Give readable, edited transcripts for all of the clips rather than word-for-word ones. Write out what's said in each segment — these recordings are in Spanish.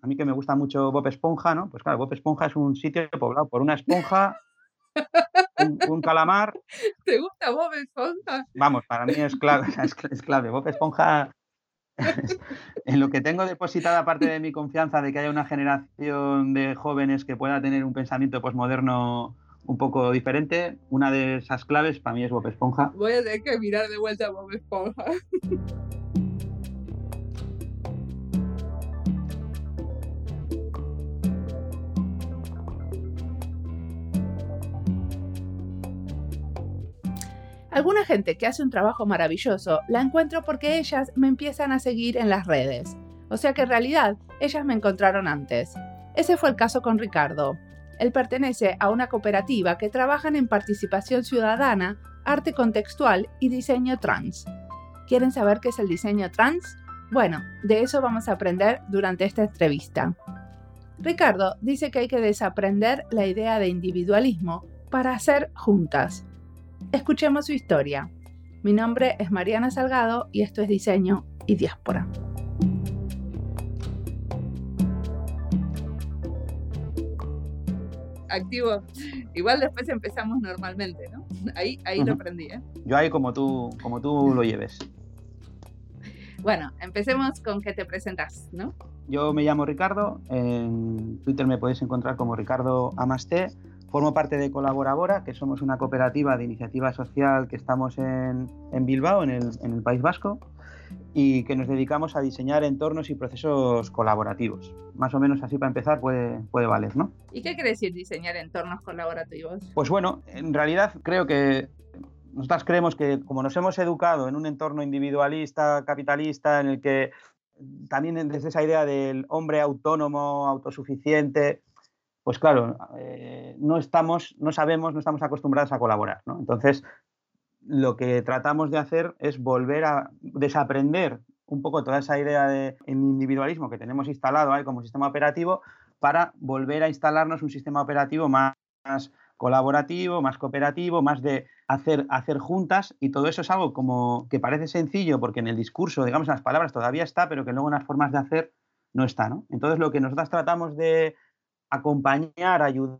a mí que me gusta mucho Bob Esponja, ¿no? Pues claro, Bob Esponja es un sitio poblado por una esponja, un calamar. ¿Te gusta Bob Esponja? Vamos, para mí es clave, es clave. Bob Esponja, en lo que tengo depositada parte de mi confianza de que haya una generación de jóvenes que pueda tener un pensamiento posmoderno un poco diferente, una de esas claves para mí es Bob Esponja. Voy a tener que mirar de vuelta a Bob Esponja. Alguna gente que hace un trabajo maravilloso la encuentro porque ellas me empiezan a seguir en las redes. O sea que en realidad ellas me encontraron antes. Ese fue el caso con Ricardo. Él pertenece a una cooperativa que trabajan en participación ciudadana, arte contextual y diseño trans. ¿Quieren saber qué es el diseño trans? Bueno, de eso vamos a aprender durante esta entrevista. Ricardo dice que hay que desaprender la idea de individualismo para hacer juntas. Escuchemos su historia. Mi nombre es Mariana Salgado y esto es Diseño y Diáspora. Activo. Igual después empezamos normalmente, ¿no? Ahí lo aprendí, ¿eh? Yo ahí como tú lo lleves. Bueno, empecemos con que te presentas, ¿no? Yo me llamo Ricardo, en Twitter me podéis encontrar como Ricardo Amasté. Formo parte de Colaborabora, que somos una cooperativa de iniciativa social que estamos en Bilbao, en el País Vasco, y que nos dedicamos a diseñar entornos y procesos colaborativos. Más o menos así para empezar puede valer, ¿no? ¿Y qué quiere decir diseñar entornos colaborativos? Pues bueno, en realidad creo que nosotras creemos que como nos hemos educado en un entorno individualista, capitalista, en el que también desde esa idea del hombre autónomo, autosuficiente, pues claro, no estamos acostumbrados a colaborar, ¿no? Entonces, lo que tratamos de hacer es volver a desaprender un poco toda esa idea de individualismo que tenemos instalado ahí como sistema operativo para volver a instalarnos un sistema operativo más colaborativo, más cooperativo, más de hacer juntas, y todo eso es algo como que parece sencillo porque en el discurso, digamos, en las palabras todavía está, pero que luego en las formas de hacer no está, ¿no? Entonces, lo que nosotros tratamos de acompañar, ayudar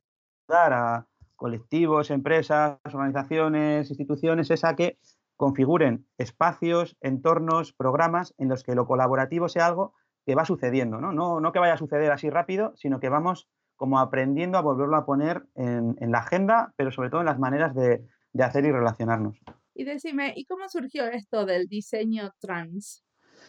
a colectivos, empresas, organizaciones, instituciones, es a que configuren espacios, entornos, programas en los que lo colaborativo sea algo que va sucediendo, ¿no? No que vaya a suceder así rápido, sino que vamos como aprendiendo a volverlo a poner en la agenda, pero sobre todo en las maneras de hacer y relacionarnos. Y decime, ¿y cómo surgió esto del diseño trans?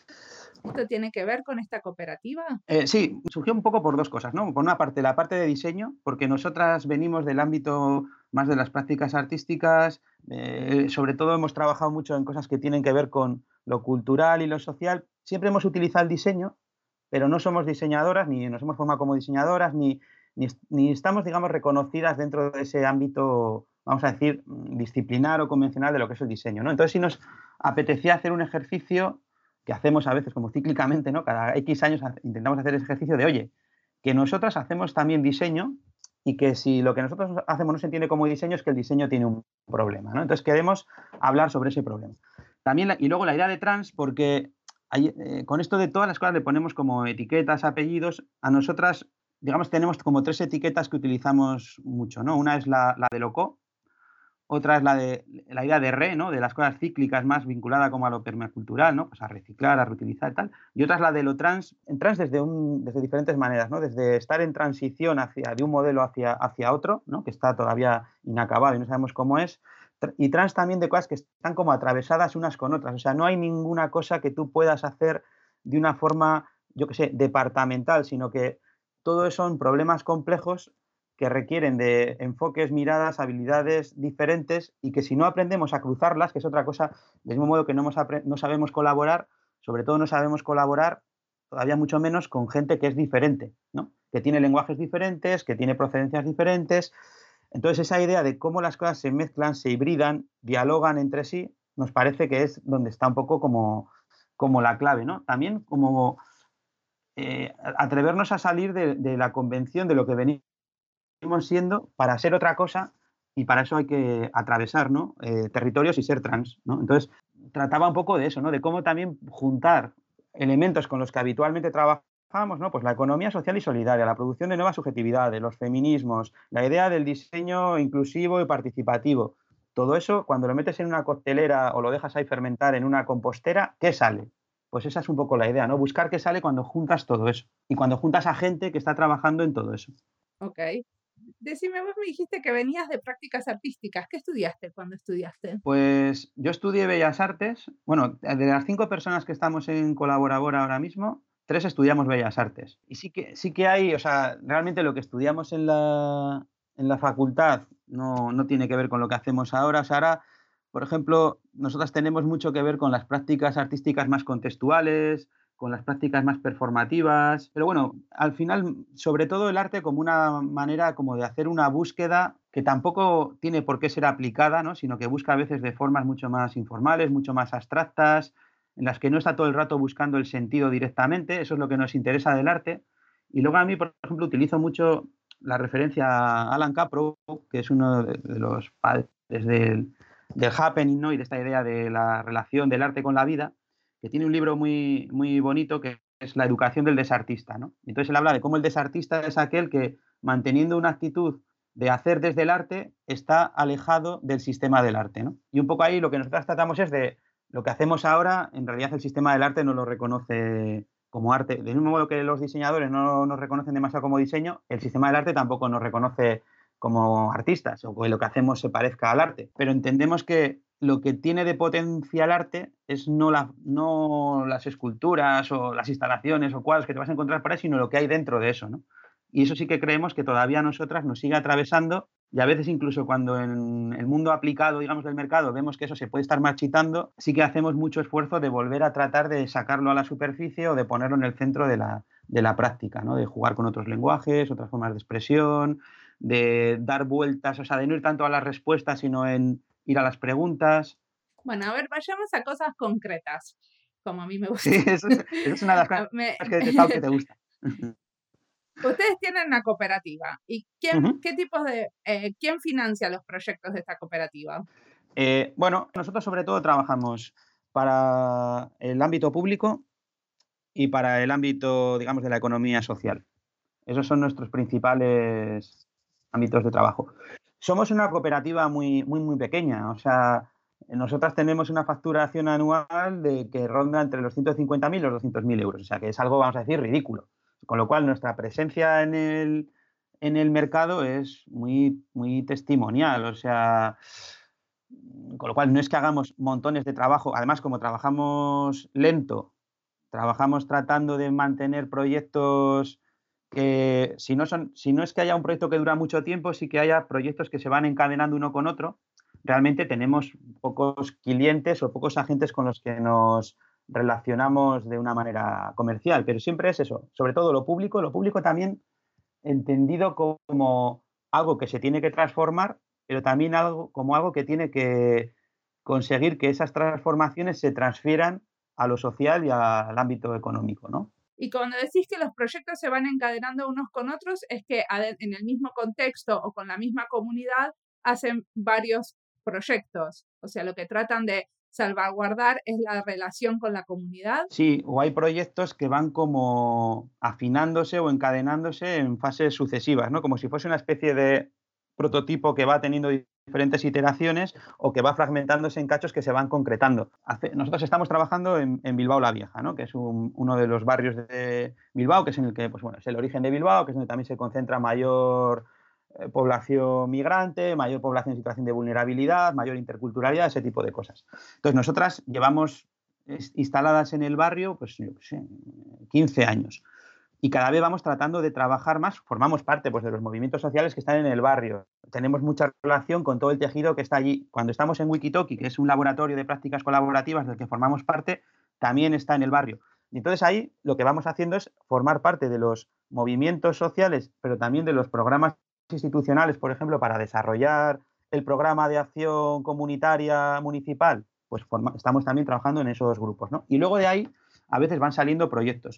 ¿Esto tiene que ver con esta cooperativa? Sí, surgió un poco por dos cosas, ¿no? Por una parte, la parte de diseño, porque nosotras venimos del ámbito más de las prácticas artísticas, sobre todo hemos trabajado mucho en cosas que tienen que ver con lo cultural y lo social. Siempre hemos utilizado el diseño, pero no somos diseñadoras, ni nos hemos formado como diseñadoras, ni estamos, digamos, reconocidas dentro de ese ámbito, vamos a decir, disciplinar o convencional de lo que es el diseño, ¿no? Entonces, sí nos apetecía hacer un ejercicio que hacemos a veces como cíclicamente, ¿no? Cada X años intentamos hacer ese ejercicio de, oye, que nosotras hacemos también diseño y que si lo que nosotros hacemos no se entiende como diseño es que el diseño tiene un problema, ¿no? Entonces queremos hablar sobre ese problema. También y luego la idea de trans, porque con esto de todas las cosas le ponemos como etiquetas, apellidos. A nosotras, digamos, tenemos como tres etiquetas que utilizamos mucho, ¿no? Una es la de loco, otra es la idea de ¿no? De las cosas cíclicas, más vinculada como a lo permacultural, ¿no? Pues a reciclar, a reutilizar y tal. Y otra es la de lo trans, en trans desde diferentes maneras, ¿no? Desde estar en transición de un modelo hacia otro, ¿no? Que está todavía inacabado y no sabemos cómo es. Y trans también de cosas que están como atravesadas unas con otras. O sea, no hay ninguna cosa que tú puedas hacer de una forma, yo qué sé, departamental, sino que todo son problemas complejos que requieren de enfoques, miradas, habilidades diferentes, y que si no aprendemos a cruzarlas, que es otra cosa, del mismo modo que no sabemos colaborar, sobre todo no sabemos colaborar, todavía mucho menos con gente que es diferente, ¿no? Que tiene lenguajes diferentes, que tiene procedencias diferentes. Entonces, esa idea de cómo las cosas se mezclan, se hibridan, dialogan entre sí, nos parece que es donde está un poco como la clave, ¿no? También como atrevernos a salir de la convención de lo que venimos siendo para ser otra cosa, y para eso hay que atravesar, ¿no? Territorios y ser trans, ¿no? Entonces, trataba un poco de eso, ¿no? De cómo también juntar elementos con los que habitualmente trabajamos trabajábamos, ¿no? Pues la economía social y solidaria, la producción de nuevas subjetividades, los feminismos, la idea del diseño inclusivo y participativo. Todo eso, cuando lo metes en una coctelera o lo dejas ahí fermentar en una compostera, ¿qué sale? Pues esa es un poco la idea, ¿no? Buscar qué sale cuando juntas todo eso y cuando juntas a gente que está trabajando en todo eso. Ok. Decime, vos me dijiste que venías de prácticas artísticas. ¿Qué estudiaste cuando estudiaste? Pues yo estudié Bellas Artes. Bueno, de las 5 personas que estamos en Colaborabora ahora mismo, 3 estudiamos Bellas Artes. Y sí que hay, o sea, realmente lo que estudiamos en la facultad no tiene que ver con lo que hacemos ahora. O sea, ahora, por ejemplo, nosotras tenemos mucho que ver con las prácticas artísticas más contextuales, con las prácticas más performativas. Pero bueno, al final, sobre todo el arte como una manera como de hacer una búsqueda que tampoco tiene por qué ser aplicada, ¿no? Sino que busca a veces de formas mucho más informales, mucho más abstractas, en las que no está todo el rato buscando el sentido directamente. Eso es lo que nos interesa del arte. Y luego a mí, por ejemplo, utilizo mucho la referencia a Alan Capro, que es uno de los padres del happening, ¿no? Y de esta idea de la relación del arte con la vida, que tiene un libro muy, muy bonito que es La educación del desartista, ¿no? Entonces él habla de cómo el desartista es aquel que, manteniendo una actitud de hacer desde el arte, está alejado del sistema del arte, ¿no? Y un poco ahí lo que nosotros tratamos es de lo que hacemos ahora, en realidad el sistema del arte no lo reconoce como arte. Del mismo modo que los diseñadores no nos reconocen demasiado como diseño, el sistema del arte tampoco nos reconoce como artistas o que lo que hacemos se parezca al arte. Pero entendemos que lo que tiene de potencial arte es no las esculturas o las instalaciones o cuadros que te vas a encontrar por ahí, sino lo que hay dentro de eso, ¿no? Y eso sí que creemos que todavía a nosotras nos sigue atravesando y a veces incluso cuando en el mundo aplicado, digamos, del mercado vemos que eso se puede estar marchitando, sí que hacemos mucho esfuerzo de volver a tratar de sacarlo a la superficie o de ponerlo en el centro de la práctica, ¿no? De jugar con otros lenguajes, otras formas de expresión, de dar vueltas, o sea, de no ir tanto a las respuestas, sino en ir a las preguntas. Bueno, a ver, vayamos a cosas concretas, como a mí me Sí, gusta. eso es una de las cosas Me- que he detectado que te gusta. Ustedes tienen una cooperativa. ¿Y quién, Ujú. qué tipos de, quién financia los proyectos de esta cooperativa? Bueno, nosotros sobre todo trabajamos para el ámbito público y para el ámbito, digamos, de la economía social. Esos son nuestros principales ámbitos de trabajo. Somos una cooperativa muy, muy, muy pequeña. O sea, nosotras tenemos una facturación anual de que ronda entre los 150.000 y los 200.000 euros. O sea, que es algo, vamos a decir, ridículo. Con lo cual, nuestra presencia en el mercado es muy, muy testimonial. O sea, con lo cual no es que hagamos montones de trabajo. Además, como trabajamos lento, trabajamos tratando de mantener proyectos que, si no es que haya un proyecto que dura mucho tiempo, sí que haya proyectos que se van encadenando uno con otro. Realmente tenemos pocos clientes o pocos agentes con los que nos relacionamos de una manera comercial, pero siempre es eso, sobre todo lo público también entendido como algo que se tiene que transformar, pero también como algo que tiene que conseguir que esas transformaciones se transfieran a lo social y al ámbito económico, ¿no? Y cuando decís que los proyectos se van encadenando unos con otros, es que en el mismo contexto o con la misma comunidad hacen varios proyectos. O sea, lo que tratan de salvaguardar es la relación con la comunidad. Sí, o hay proyectos que van como afinándose o encadenándose en fases sucesivas, ¿no? Como si fuese una especie de prototipo que va teniendo diferentes iteraciones o que va fragmentándose en cachos que se van concretando. Nosotros estamos trabajando en Bilbao la Vieja, ¿no? Que es uno de los barrios de Bilbao, que es en el que, pues bueno, es el origen de Bilbao, que es donde también se concentra mayor población migrante, mayor población en situación de vulnerabilidad, mayor interculturalidad, ese tipo de cosas. Entonces, nosotras llevamos instaladas en el barrio, pues yo qué sé, 15 años. Y cada vez vamos tratando de trabajar más, formamos parte pues, de los movimientos sociales que están en el barrio. Tenemos mucha relación con todo el tejido que está allí. Cuando estamos en Wikitoki, que es un laboratorio de prácticas colaborativas del que formamos parte, también está en el barrio. Y entonces ahí lo que vamos haciendo es formar parte de los movimientos sociales, pero también de los programas institucionales, por ejemplo, para desarrollar el programa de acción comunitaria municipal, pues estamos también trabajando en esos grupos, ¿no? Y luego de ahí a veces van saliendo proyectos.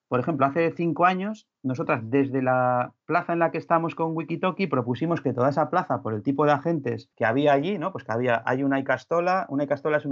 Por ejemplo, hace 5 años, nosotras desde la plaza en la que estamos con Wikitoki propusimos que toda esa plaza, por el tipo de agentes que había allí, ¿no? Pues que hay una Ikastola es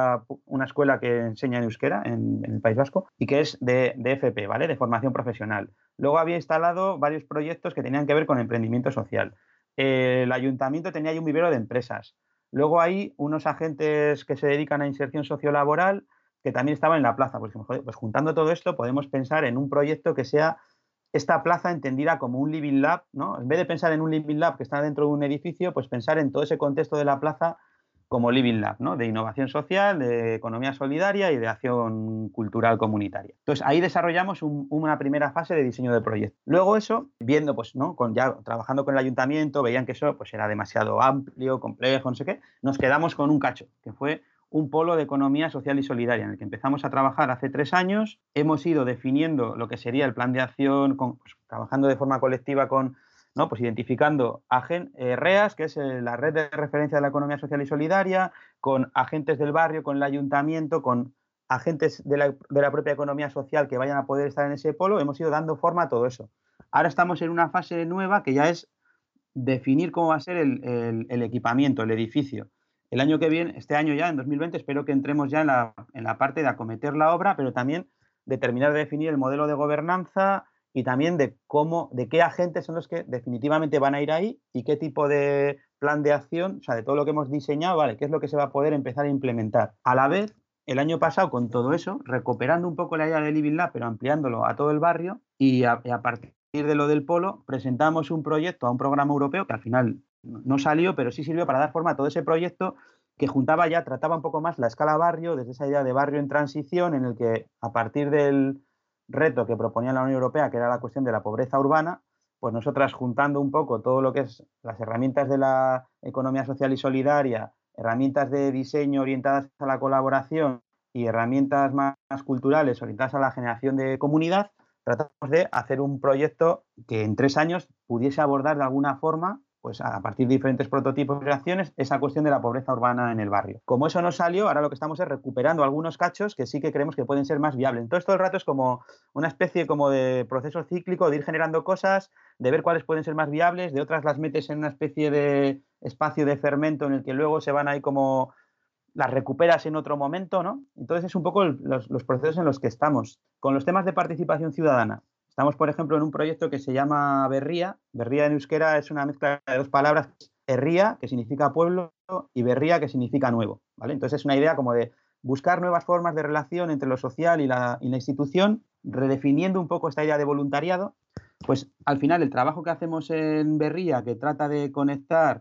una escuela que enseña en euskera en el País Vasco y que es de FP, ¿vale? De formación profesional. Luego había instalado varios proyectos que tenían que ver con emprendimiento social. El ayuntamiento tenía ahí un vivero de empresas. Luego hay unos agentes que se dedican a inserción sociolaboral que también estaban en la plaza. Pues, joder, pues juntando todo esto podemos pensar en un proyecto que sea esta plaza entendida como un living lab, ¿no? En vez de pensar en un living lab que está dentro de un edificio, pues pensar en todo ese contexto de la plaza como living lab, ¿no? De innovación social, de economía solidaria y de acción cultural comunitaria. Entonces ahí desarrollamos una primera fase de diseño de proyecto. Luego eso, viendo, pues, ¿no? Ya trabajando con el ayuntamiento, veían que eso pues, era demasiado amplio, complejo, no sé qué, nos quedamos con un cacho, que fue un polo de economía social y solidaria, en el que empezamos a trabajar hace 3 años. Hemos ido definiendo lo que sería el plan de acción, pues, trabajando de forma colectiva con, ¿no? Pues identificando REAS, que es la red de referencia de la economía social y solidaria, con agentes del barrio, con el ayuntamiento, con agentes de la propia economía social que vayan a poder estar en ese polo. Hemos ido dando forma a todo eso. Ahora estamos en una fase nueva que ya es definir cómo va a ser el equipamiento, el edificio. El año que viene, este año ya, en 2020, espero que entremos ya en la parte de acometer la obra, pero también de terminar de definir el modelo de gobernanza y también de qué agentes son los que definitivamente van a ir ahí y qué tipo de plan de acción, o sea, de todo lo que hemos diseñado, vale, qué es lo que se va a poder empezar a implementar. A la vez, el año pasado, con todo eso, recuperando un poco la idea de Living Lab, pero ampliándolo a todo el barrio y a partir de lo del polo, presentamos un proyecto a un programa europeo que al final no salió, pero sí sirvió para dar forma a todo ese proyecto que trataba un poco más la escala barrio, desde esa idea de barrio en transición, en el que a partir del reto que proponía la Unión Europea, que era la cuestión de la pobreza urbana, pues nosotras juntando un poco todo lo que es las herramientas de la economía social y solidaria, herramientas de diseño orientadas a la colaboración y herramientas más culturales orientadas a la generación de comunidad, tratamos de hacer un proyecto que en 3 años pudiese abordar de alguna forma, pues a partir de diferentes prototipos y acciones, esa cuestión de la pobreza urbana en el barrio. Como eso no salió, ahora lo que estamos es recuperando algunos cachos que sí que creemos que pueden ser más viables. Entonces todo el rato es como una especie como de proceso cíclico de ir generando cosas, de ver cuáles pueden ser más viables, de otras las metes en una especie de espacio de fermento en el que luego se van ahí como las recuperas en otro momento, ¿no? Entonces es un poco los procesos en los que estamos. Con los temas de participación ciudadana, estamos, por ejemplo, en un proyecto que se llama Berría. Berría en euskera es una mezcla de 2 palabras, herría, que significa pueblo, y berría, que significa nuevo, ¿vale? Entonces es una idea como de buscar nuevas formas de relación entre lo social y la institución, redefiniendo un poco esta idea de voluntariado. Pues al final el trabajo que hacemos en Berría, que trata de conectar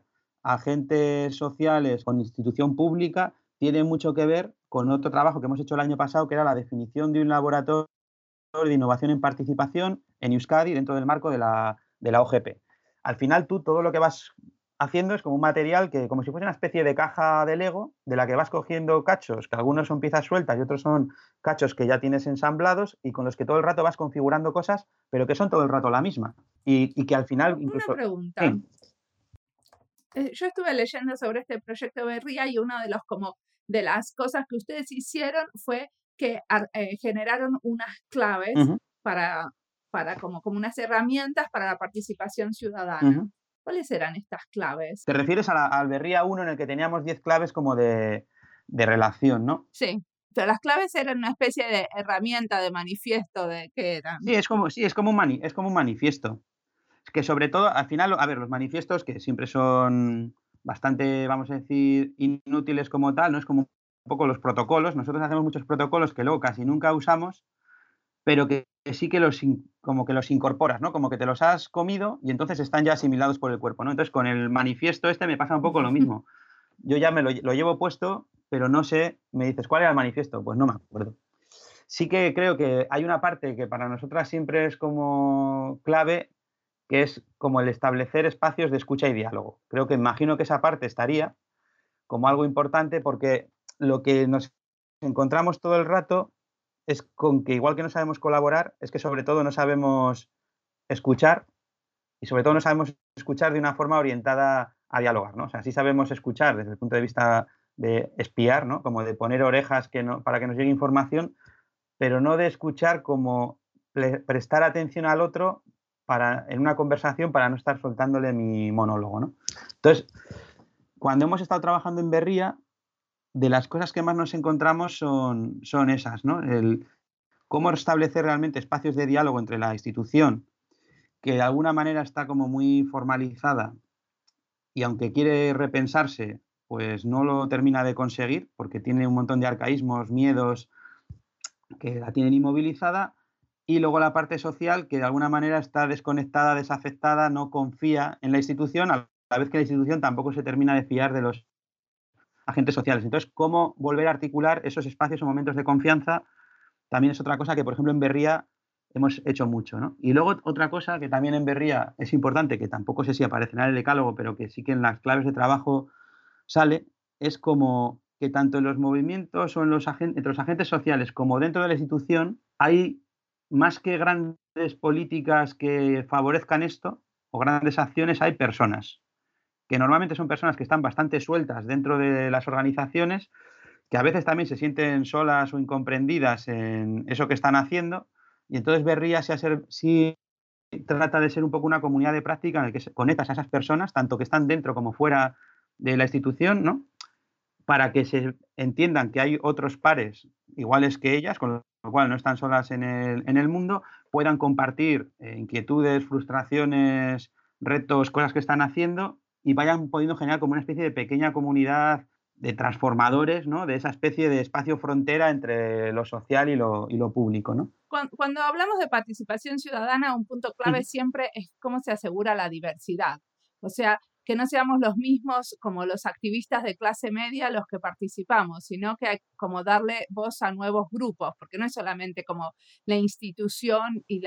agentes sociales con institución pública, tiene mucho que ver con otro trabajo que hemos hecho el año pasado, que era la definición de un laboratorio de innovación en participación en Euskadi dentro del marco de la OGP. Al final tú todo lo que vas haciendo es como un material que, como si fuese una especie de caja de Lego, de la que vas cogiendo cachos, que algunos son piezas sueltas y otros son cachos que ya tienes ensamblados y con los que todo el rato vas configurando cosas, pero que son todo el rato la misma. Y que al final Una incluso... pregunta. Sí. Yo estuve leyendo sobre este proyecto Berría y una de las cosas que ustedes hicieron fue que generaron unas claves Uh-huh. para como unas herramientas para la participación ciudadana. Uh-huh. ¿Cuáles eran estas claves? Te refieres al Berría 1 en el que teníamos 10 claves como de relación, ¿no? Sí, pero las claves eran una especie de herramienta, de manifiesto de qué eran. Sí, es como un manifiesto. Es que sobre todo, al final, a ver, los manifiestos que siempre son bastante, vamos a decir, inútiles como tal, ¿no? Es como un poco los protocolos. Nosotros hacemos muchos protocolos que luego casi nunca usamos, pero que sí que como que los incorporas, ¿no? Como que te los has comido y entonces están ya asimilados por el cuerpo, ¿no? Entonces con el manifiesto este me pasa un poco lo mismo. Yo ya me lo llevo puesto, pero no sé, me dices, ¿cuál era el manifiesto? Pues no me acuerdo. Sí que creo que hay una parte que para nosotras siempre es como clave, que es como el establecer espacios de escucha y diálogo. Creo que imagino que esa parte estaría como algo importante porque lo que nos encontramos todo el rato es con que igual que no sabemos colaborar, es que sobre todo no sabemos escuchar y sobre todo no sabemos escuchar de una forma orientada a dialogar, ¿no? O sea, sí sabemos escuchar desde el punto de vista de espiar, ¿no? Como de poner orejas para que nos llegue información, pero no de escuchar como prestar atención al otro en una conversación para no estar soltándole mi monólogo, ¿no? Entonces, cuando hemos estado trabajando en Berría, de las cosas que más nos encontramos son esas, ¿no? El cómo establecer realmente espacios de diálogo entre la institución, que de alguna manera está como muy formalizada y aunque quiere repensarse, pues no lo termina de conseguir porque tiene un montón de arcaísmos, miedos que la tienen inmovilizada, y luego la parte social que de alguna manera está desconectada, desafectada, no confía en la institución, a la vez que la institución tampoco se termina de fiar de los agentes sociales. Entonces, ¿cómo volver a articular esos espacios o momentos de confianza? También es otra cosa que, por ejemplo, en Berría hemos hecho mucho, ¿no? Y luego otra cosa que también en Berría es importante, que tampoco sé si aparecerá en el decálogo, pero que sí que en las claves de trabajo sale, es como que tanto en los movimientos o entre los agentes sociales como dentro de la institución hay más que grandes políticas que favorezcan esto o grandes acciones, hay personas, que normalmente son personas que están bastante sueltas dentro de las organizaciones, que a veces también se sienten solas o incomprendidas en eso que están haciendo, y entonces Berría sí trata de ser un poco una comunidad de práctica en la que conectas a esas personas, tanto que están dentro como fuera de la institución, ¿no? Para que se entiendan que hay otros pares iguales que ellas, con lo cual no están solas en el mundo, puedan compartir inquietudes, frustraciones, retos, cosas que están haciendo y vayan pudiendo generar como una especie de pequeña comunidad de transformadores, ¿no? De esa especie de espacio frontera entre lo social y lo público, ¿no? Cuando hablamos de participación ciudadana, un punto clave Uh-huh. siempre es cómo se asegura la diversidad. O sea, que no seamos los mismos como los activistas de clase media los que participamos, sino que hay como darle voz a nuevos grupos, porque no es solamente como la institución y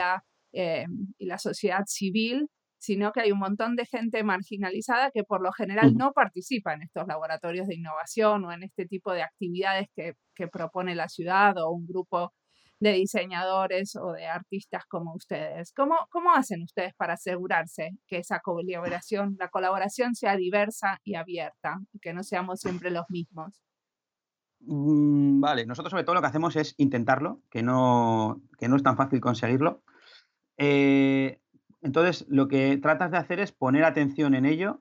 la sociedad civil, sino que hay un montón de gente marginalizada que por lo general Uh-huh. no participa en estos laboratorios de innovación o en este tipo de actividades que propone la ciudad o un grupo de diseñadores o de artistas como ustedes. ¿Cómo hacen ustedes para asegurarse que esa colaboración, la colaboración sea diversa y abierta y que no seamos siempre los mismos? Vale, nosotros sobre todo lo que hacemos es intentarlo, que no es tan fácil conseguirlo. Eh, entonces, lo que tratas de hacer es poner atención en ello,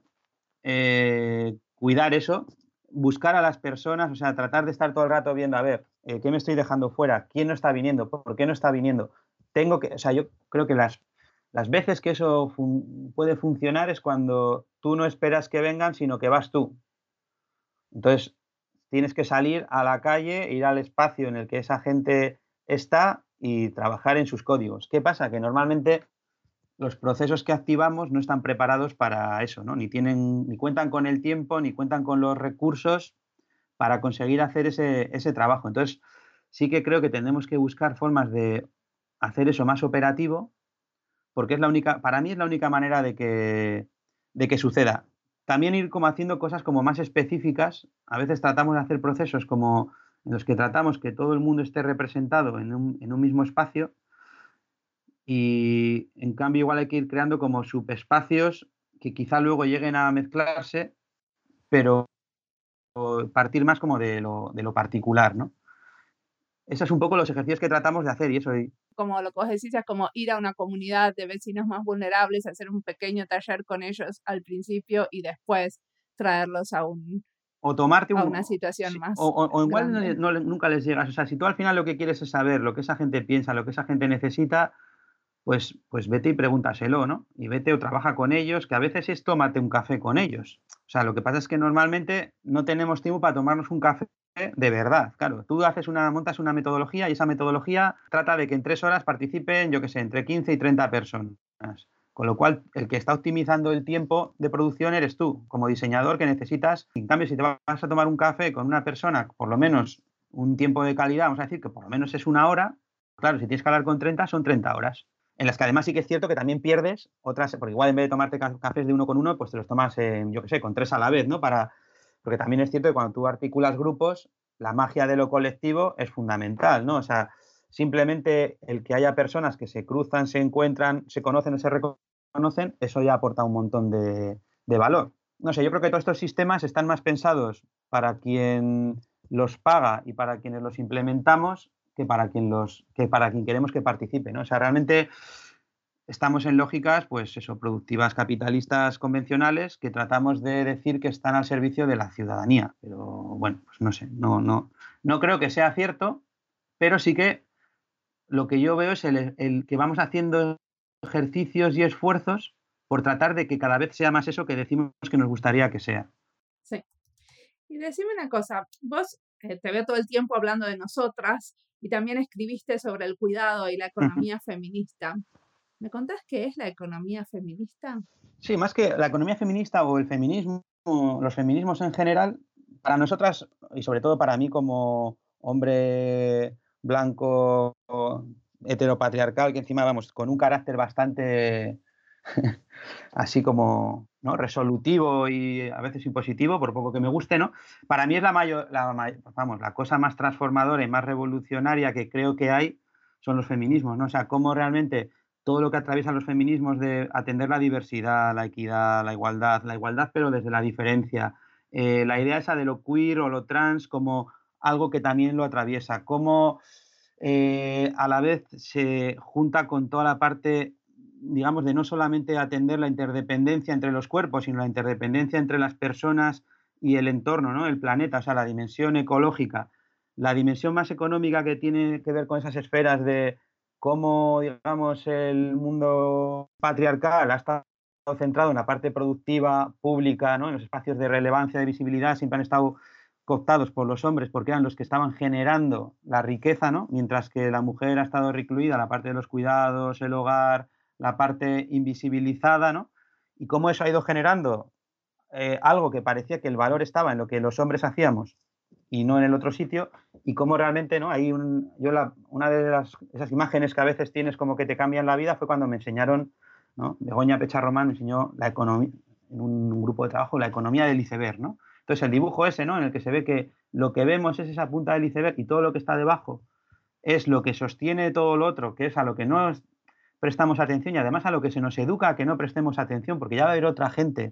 cuidar eso, buscar a las personas, o sea, tratar de estar todo el rato viendo, a ver, ¿qué me estoy dejando fuera? ¿Quién no está viniendo? ¿Por qué no está viniendo? O sea, yo creo que las veces que eso puede funcionar es cuando tú no esperas que vengan, sino que vas tú. Entonces, tienes que salir a la calle, ir al espacio en el que esa gente está y trabajar en sus códigos. ¿Qué pasa? Que normalmente los procesos que activamos no están preparados para eso, ¿no? Ni cuentan con el tiempo, ni cuentan con los recursos para conseguir hacer ese trabajo. Entonces, sí que creo que tenemos que buscar formas de hacer eso más operativo, porque para mí es la única manera de que suceda. También ir como haciendo cosas como más específicas. A veces tratamos de hacer procesos como en los que tratamos que todo el mundo esté representado en un mismo espacio, y en cambio igual hay que ir creando como subespacios que quizá luego lleguen a mezclarse, pero partir más como de lo particular, ¿no? Esos es un poco los ejercicios que tratamos de hacer y eso. Como lo que vos decís, es como ir a una comunidad de vecinos más vulnerables, hacer un pequeño taller con ellos al principio y después traerlos O tomarte a un una situación sí, más o igual grande. nunca les llegas. O sea, si tú al final lo que quieres es saber lo que esa gente piensa, lo que esa gente necesita, pues vete y pregúntaselo, ¿no? Y vete o trabaja con ellos, que a veces es tómate un café con ellos. O sea, lo que pasa es que normalmente no tenemos tiempo para tomarnos un café de verdad. Claro, tú montas una metodología y esa metodología trata de que en 3 horas participen, yo qué sé, entre 15 y 30 personas. Con lo cual, el que está optimizando el tiempo de producción eres tú, como diseñador, que necesitas. En cambio, si te vas a tomar un café con una persona, por lo menos un tiempo de calidad, vamos a decir que por lo menos es 1 hora, claro, si tienes que hablar con 30, son 30 horas. En las que además sí que es cierto que también pierdes otras, porque igual en vez de tomarte cafés de uno con uno, pues te los tomas, yo qué sé, con 3 a la vez, ¿no? Porque también es cierto que cuando tú articulas grupos, la magia de lo colectivo es fundamental, ¿no? O sea, simplemente el que haya personas que se cruzan, se encuentran, se conocen o se reconocen, eso ya aporta un montón de valor. No sé, yo creo que todos estos sistemas están más pensados para quien los paga y para quienes los implementamos que para quien queremos que participe, ¿no? O sea, realmente estamos en lógicas, pues eso, productivas capitalistas convencionales que tratamos de decir que están al servicio de la ciudadanía. Pero bueno, pues no sé, no creo que sea cierto, pero sí que lo que yo veo es el que vamos haciendo ejercicios y esfuerzos por tratar de que cada vez sea más eso que decimos que nos gustaría que sea. Sí. Y decime una cosa, vos te veo todo el tiempo hablando de nosotras y también escribiste sobre el cuidado y la economía feminista. ¿Me contás qué es la economía feminista? Sí, más que la economía feminista o el feminismo, los feminismos en general, para nosotras y sobre todo para mí como hombre blanco heteropatriarcal, que encima vamos con un carácter bastante así como, ¿no?, resolutivo y a veces impositivo, por poco que me guste, ¿no? Para mí es la cosa más transformadora y más revolucionaria que creo que hay son los feminismos, ¿no? O sea, cómo realmente todo lo que atraviesan los feminismos de atender la diversidad, la equidad, la igualdad pero desde la diferencia, la idea esa de lo queer o lo trans como algo que también lo atraviesa, cómo a la vez se junta con toda la parte, digamos, de no solamente atender la interdependencia entre los cuerpos, sino la interdependencia entre las personas y el entorno, ¿no? El planeta, o sea, la dimensión ecológica, la dimensión más económica que tiene que ver con esas esferas de cómo, digamos, el mundo patriarcal ha estado centrado en la parte productiva, pública, ¿no? En los espacios de relevancia, de visibilidad, siempre han estado cooptados por los hombres porque eran los que estaban generando la riqueza, ¿no? Mientras que la mujer ha estado recluida, la parte de los cuidados, el hogar, la parte invisibilizada, ¿no? Y cómo eso ha ido generando algo que parecía que el valor estaba en lo que los hombres hacíamos y no en el otro sitio, y cómo realmente, ¿no? Una de esas imágenes que a veces tienes como que te cambian la vida fue cuando me enseñaron, ¿no? Begoña Pecharromán me enseñó la economía, en un grupo de trabajo, la economía del iceberg, ¿no? Entonces el dibujo ese, ¿no? En el que se ve que lo que vemos es esa punta del iceberg y todo lo que está debajo es lo que sostiene todo lo otro, que es a lo que no prestamos atención y además a lo que se nos educa a que no prestemos atención, porque ya va a haber otra gente,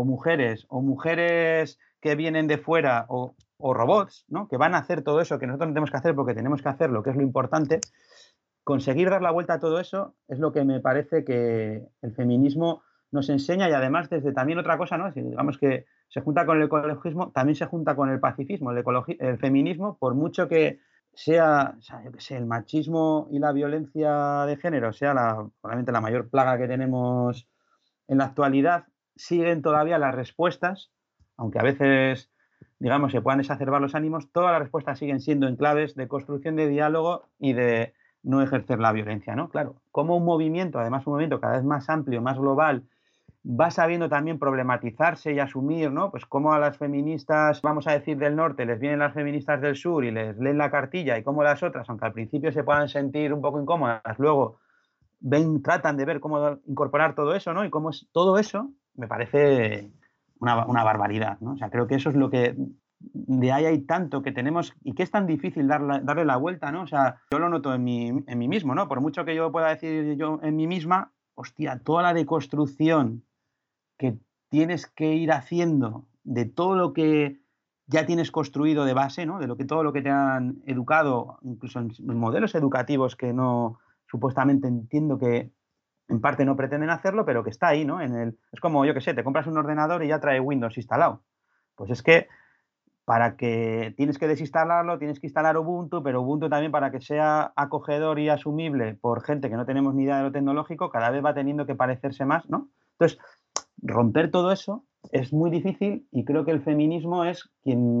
o mujeres que vienen de fuera, o robots, ¿no? Que van a hacer todo eso que nosotros no tenemos que hacer porque tenemos que hacer lo que es lo importante. Conseguir dar la vuelta a todo eso es lo que me parece que el feminismo nos enseña y además desde también otra cosa, ¿no? Si digamos que se junta con el ecologismo, también se junta con el pacifismo, el feminismo, por mucho que sea, o sea, yo qué sé, el machismo y la violencia de género sea probablemente la mayor plaga que tenemos en la actualidad, siguen todavía las respuestas, aunque a veces, digamos, se puedan exacerbar los ánimos, todas las respuestas siguen siendo en claves de construcción de diálogo y de no ejercer la violencia, ¿no? Claro, como un movimiento, además un movimiento cada vez más amplio, más global, va sabiendo también problematizarse y asumir, ¿no? Pues cómo a las feministas, vamos a decir, del norte, les vienen las feministas del sur y les leen la cartilla y cómo las otras, aunque al principio se puedan sentir un poco incómodas, luego tratan de ver cómo incorporar todo eso, ¿no? Y cómo es todo eso, me parece una barbaridad, ¿no? O sea, creo que eso es lo que de ahí hay tanto que tenemos y que es tan difícil darle la vuelta, ¿no? O sea, yo lo noto en mí mismo, ¿no? Por mucho que yo pueda decir yo en mí misma, hostia, toda la deconstrucción que tienes que ir haciendo de todo lo que ya tienes construido de base, ¿no? Todo lo que te han educado, incluso en modelos educativos que no supuestamente entiendo que en parte no pretenden hacerlo, pero que está ahí, ¿no? Es como, yo qué sé, te compras un ordenador y ya trae Windows instalado. Pues es que para que tienes que desinstalarlo, tienes que instalar Ubuntu, pero Ubuntu también para que sea acogedor y asumible por gente que no tenemos ni idea de lo tecnológico, cada vez va teniendo que parecerse más, ¿no? Entonces, romper todo eso es muy difícil y creo que el feminismo es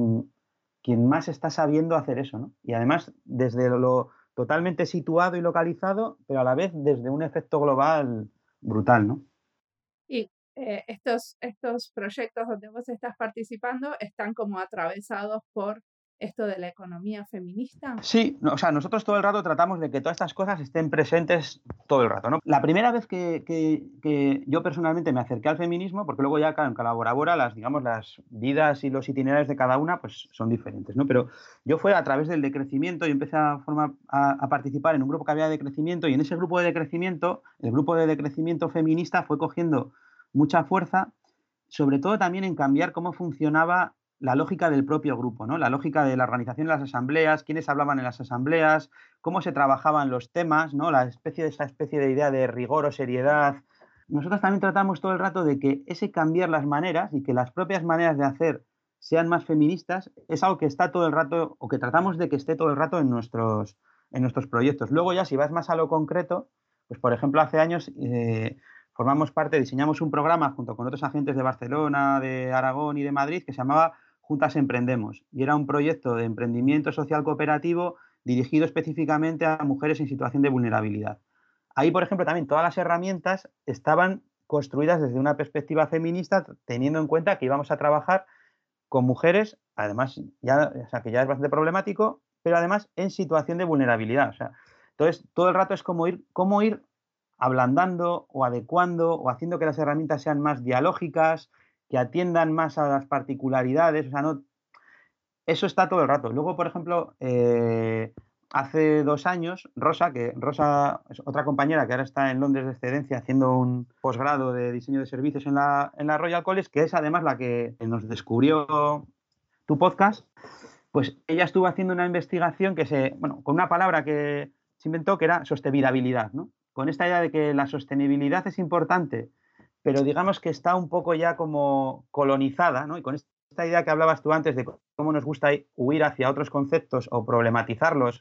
quien más está sabiendo hacer eso, ¿no? Y además desde lo totalmente situado y localizado, pero a la vez desde un efecto global brutal, ¿no? Y estos proyectos donde vos estás participando están como atravesados por esto de la economía feminista. Sí, no, o sea, nosotros todo el rato tratamos de que todas estas cosas estén presentes todo el rato, ¿no? La primera vez que yo personalmente me acerqué al feminismo, porque luego ya, claro, en Colabora, digamos, las vidas y los itinerarios de cada una, pues son diferentes, ¿no? Pero yo fue a través del decrecimiento y empecé a participar en un grupo que había de crecimiento y en ese grupo de decrecimiento, el grupo de decrecimiento feminista fue cogiendo mucha fuerza, sobre todo también en cambiar cómo funcionaba la lógica del propio grupo, ¿no? La lógica de la organización de las asambleas, quiénes hablaban en las asambleas, cómo se trabajaban los temas, ¿no? Esa especie de idea de rigor o seriedad. Nosotros también tratamos todo el rato de que ese cambiar las maneras y que las propias maneras de hacer sean más feministas es algo que está todo el rato, o que tratamos de que esté todo el rato en nuestros proyectos. Luego ya si vas más a lo concreto, pues por ejemplo hace años formamos parte, diseñamos un programa junto con otros agentes de Barcelona, de Aragón y de Madrid que se llamaba Juntas Emprendemos, y era un proyecto de emprendimiento social cooperativo dirigido específicamente a mujeres en situación de vulnerabilidad. Ahí, por ejemplo, también todas las herramientas estaban construidas desde una perspectiva feminista, teniendo en cuenta que íbamos a trabajar con mujeres, además, ya, o sea, que ya es bastante problemático, pero además en situación de vulnerabilidad. O sea, entonces, todo el rato es cómo ir ablandando o adecuando o haciendo que las herramientas sean más dialógicas, que atiendan más a las particularidades. O sea, no, eso está todo el rato. Luego, por ejemplo, hace 2 años, Rosa es otra compañera que ahora está en Londres de excedencia haciendo un posgrado de diseño de servicios en la Royal College, que es además la que nos descubrió tu podcast. Pues ella estuvo haciendo una investigación con una palabra que se inventó, que era sostenibilidad, ¿no? Con esta idea de que la sostenibilidad es importante, pero digamos que está un poco ya como colonizada, ¿no? Y con esta idea que hablabas tú antes de cómo nos gusta huir hacia otros conceptos o problematizarlos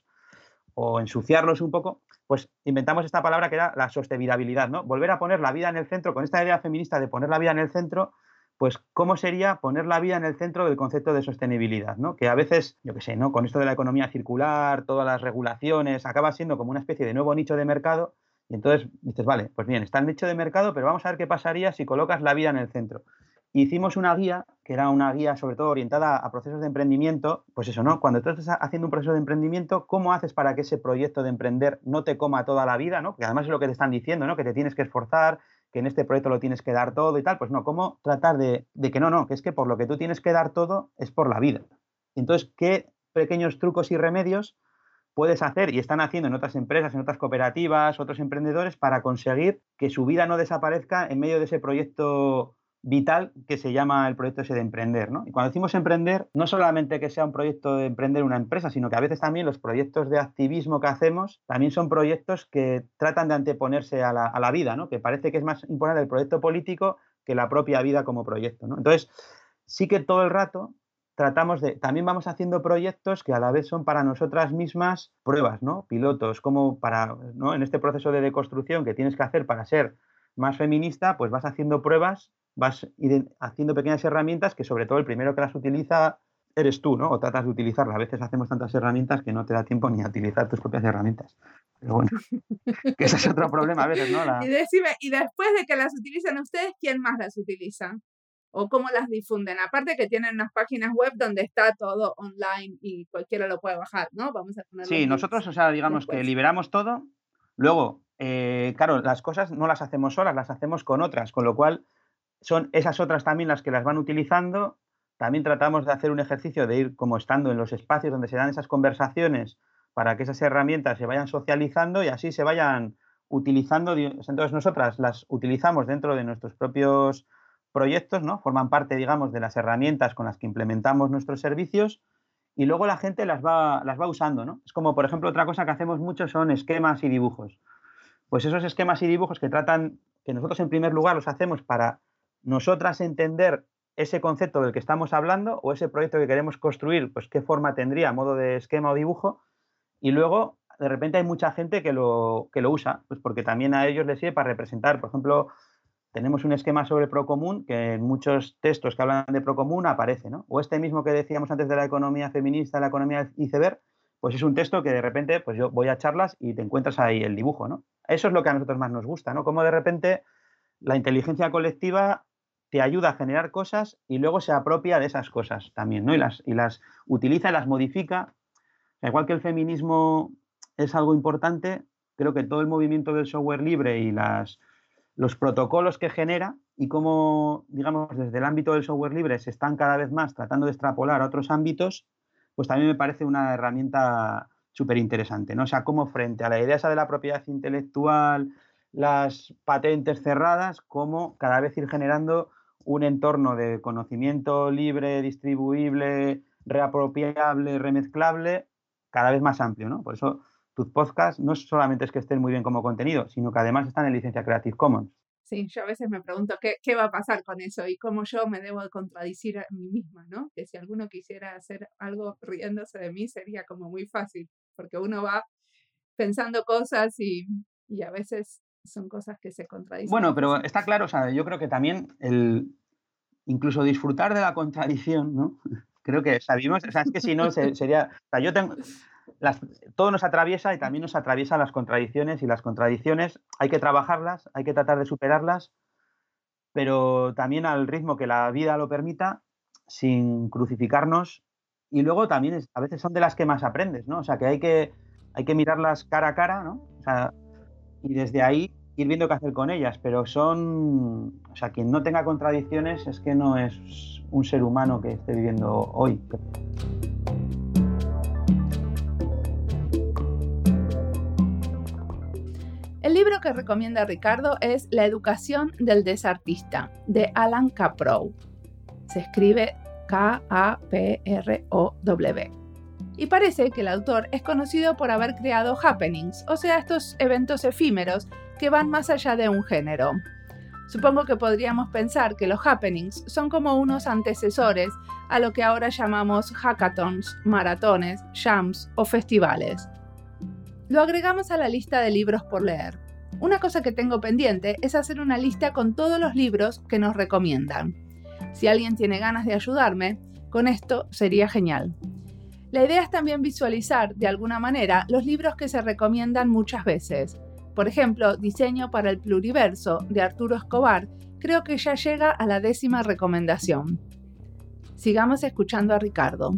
o ensuciarlos un poco, pues inventamos esta palabra que era la sostenibilidad, ¿no? Volver a poner la vida en el centro, con esta idea feminista de poner la vida en el centro, pues cómo sería poner la vida en el centro del concepto de sostenibilidad, ¿no? Que a veces, yo qué sé, ¿no? Con esto de la economía circular, todas las regulaciones, acaba siendo como una especie de nuevo nicho de mercado, y entonces dices, vale, pues bien, está el nicho de mercado, pero vamos a ver qué pasaría si colocas la vida en el centro. Hicimos una guía, que era una guía sobre todo orientada a procesos de emprendimiento, pues eso, ¿no? Cuando tú estás haciendo un proceso de emprendimiento, ¿cómo haces para que ese proyecto de emprender no te coma toda la vida, ¿no? Porque además es lo que te están diciendo, ¿no? Que te tienes que esforzar, que en este proyecto lo tienes que dar todo y tal. Pues no, ¿cómo tratar de que no, que es que por lo que tú tienes que dar todo es por la vida? Entonces, ¿qué pequeños trucos y remedios puedes hacer y están haciendo en otras empresas, en otras cooperativas, otros emprendedores para conseguir que su vida no desaparezca en medio de ese proyecto vital que se llama el proyecto ese de emprender, ¿no? Y cuando decimos emprender, no solamente que sea un proyecto de emprender una empresa, sino que a veces también los proyectos de activismo que hacemos también son proyectos que tratan de anteponerse a la vida, ¿no? Que parece que es más importante el proyecto político que la propia vida como proyecto, ¿no? Entonces, sí que todo el rato también vamos haciendo proyectos que a la vez son para nosotras mismas pruebas, ¿no? Pilotos, como para, ¿no? En este proceso de deconstrucción que tienes que hacer para ser más feminista, pues vas haciendo pruebas, vas haciendo pequeñas herramientas que sobre todo el primero que las utiliza eres tú, ¿no? O tratas de utilizarlas. A veces hacemos tantas herramientas que no te da tiempo ni a utilizar tus propias herramientas. Pero bueno, que ese es otro problema a veces, ¿no? Y decime, y después de que las utilizan ustedes, ¿quién más las utiliza? ¿O cómo las difunden? Aparte que tienen unas páginas web donde está todo online y cualquiera lo puede bajar, ¿no? Vamos a poner los Sí, links nosotros, o sea, digamos que después. liberamos todo. Luego, claro, las cosas no las hacemos solas, las hacemos con otras, con lo cual son esas otras también las que las van utilizando. También tratamos de hacer un ejercicio de ir como estando en los espacios donde se dan esas conversaciones para que esas herramientas se vayan socializando y así se vayan utilizando. Entonces nosotras las utilizamos dentro de nuestros propios proyectos, ¿no? Forman parte, digamos, de las herramientas con las que implementamos nuestros servicios y luego la gente las va usando, ¿no? Es como, por ejemplo, otra cosa que hacemos mucho son esquemas y dibujos. Pues esos esquemas y dibujos que nosotros en primer lugar los hacemos para nosotras entender ese concepto del que estamos hablando o ese proyecto que queremos construir, pues qué forma tendría a modo de esquema o dibujo, y luego de repente hay mucha gente que lo usa, pues porque también a ellos les sirve para representar, por ejemplo, tenemos un esquema sobre Procomún que en muchos textos que hablan de Procomún aparece, ¿no? O este mismo que decíamos antes de la economía feminista, la economía iceberg, pues es un texto que de repente, pues yo voy a charlas y te encuentras ahí el dibujo, ¿no? Eso es lo que a nosotros más nos gusta, ¿no? Cómo de repente la inteligencia colectiva te ayuda a generar cosas y luego se apropia de esas cosas también, ¿no? Y las utiliza y las modifica. O sea, igual que el feminismo es algo importante, creo que todo el movimiento del software libre y los protocolos que genera y cómo, digamos, desde el ámbito del software libre se están cada vez más tratando de extrapolar a otros ámbitos, pues también me parece una herramienta súper interesante, ¿no? O sea, cómo frente a la idea esa de la propiedad intelectual, las patentes cerradas, cómo cada vez ir generando un entorno de conocimiento libre, distribuible, reapropiable, remezclable, cada vez más amplio, ¿no? Por eso tus podcasts no solamente es que estén muy bien como contenido, sino que además están en licencia Creative Commons. Sí, yo a veces me pregunto qué va a pasar con eso y cómo yo me debo de contradecir a mí misma, ¿no? Que si alguno quisiera hacer algo riéndose de mí sería como muy fácil, porque uno va pensando cosas y a veces son cosas que se contradicen. Bueno, pero está claro, o sea, yo creo que también incluso disfrutar de la contradicción, ¿no? Creo que sabemos, o sea, es que si no sería, o sea, todo nos atraviesa y también nos atraviesan las contradicciones, y las contradicciones hay que trabajarlas, hay que tratar de superarlas, pero también al ritmo que la vida lo permita, sin crucificarnos, y luego también a veces son de las que más aprendes, ¿no? O sea, que hay que mirarlas cara a cara, ¿no? O sea, y desde ahí ir viendo qué hacer con ellas, pero o sea, quien no tenga contradicciones es que no es un ser humano que esté viviendo hoy. El libro que recomienda Ricardo es La educación del desartista, de Alan Kaprow. Se escribe Kaprow. Y parece que el autor es conocido por haber creado happenings, o sea, estos eventos efímeros que van más allá de un género. Supongo que podríamos pensar que los happenings son como unos antecesores a lo que ahora llamamos hackathons, maratones, jams o festivales. Lo agregamos a la lista de libros por leer. Una cosa que tengo pendiente es hacer una lista con todos los libros que nos recomiendan. Si alguien tiene ganas de ayudarme, con esto sería genial. La idea es también visualizar, de alguna manera, los libros que se recomiendan muchas veces. Por ejemplo, Diseño para el Pluriverso, de Arturo Escobar, creo que ya llega a la 10ª recomendación. Sigamos escuchando a Ricardo.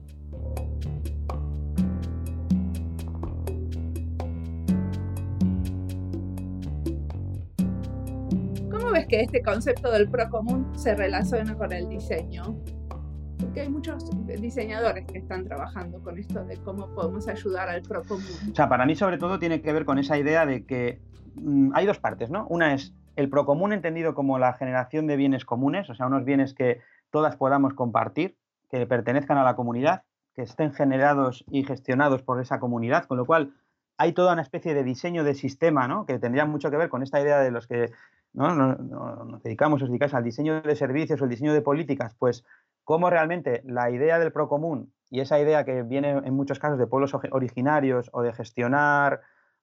¿Cómo ves que este concepto del procomún se relaciona con el diseño? Porque hay muchos diseñadores que están trabajando con esto de cómo podemos ayudar al procomún. O sea, para mí sobre todo tiene que ver con esa idea de que hay dos partes, ¿no? Una es el procomún entendido como la generación de bienes comunes, o sea, unos bienes que todas podamos compartir, que pertenezcan a la comunidad, que estén generados y gestionados por esa comunidad, con lo cual hay toda una especie de diseño de sistema, ¿no? Que tendría mucho que ver con esta idea de los que nos dedicamos, os dedicáis al diseño de servicios o el diseño de políticas, pues cómo realmente la idea del procomún y esa idea que viene en muchos casos de pueblos originarios o de gestionar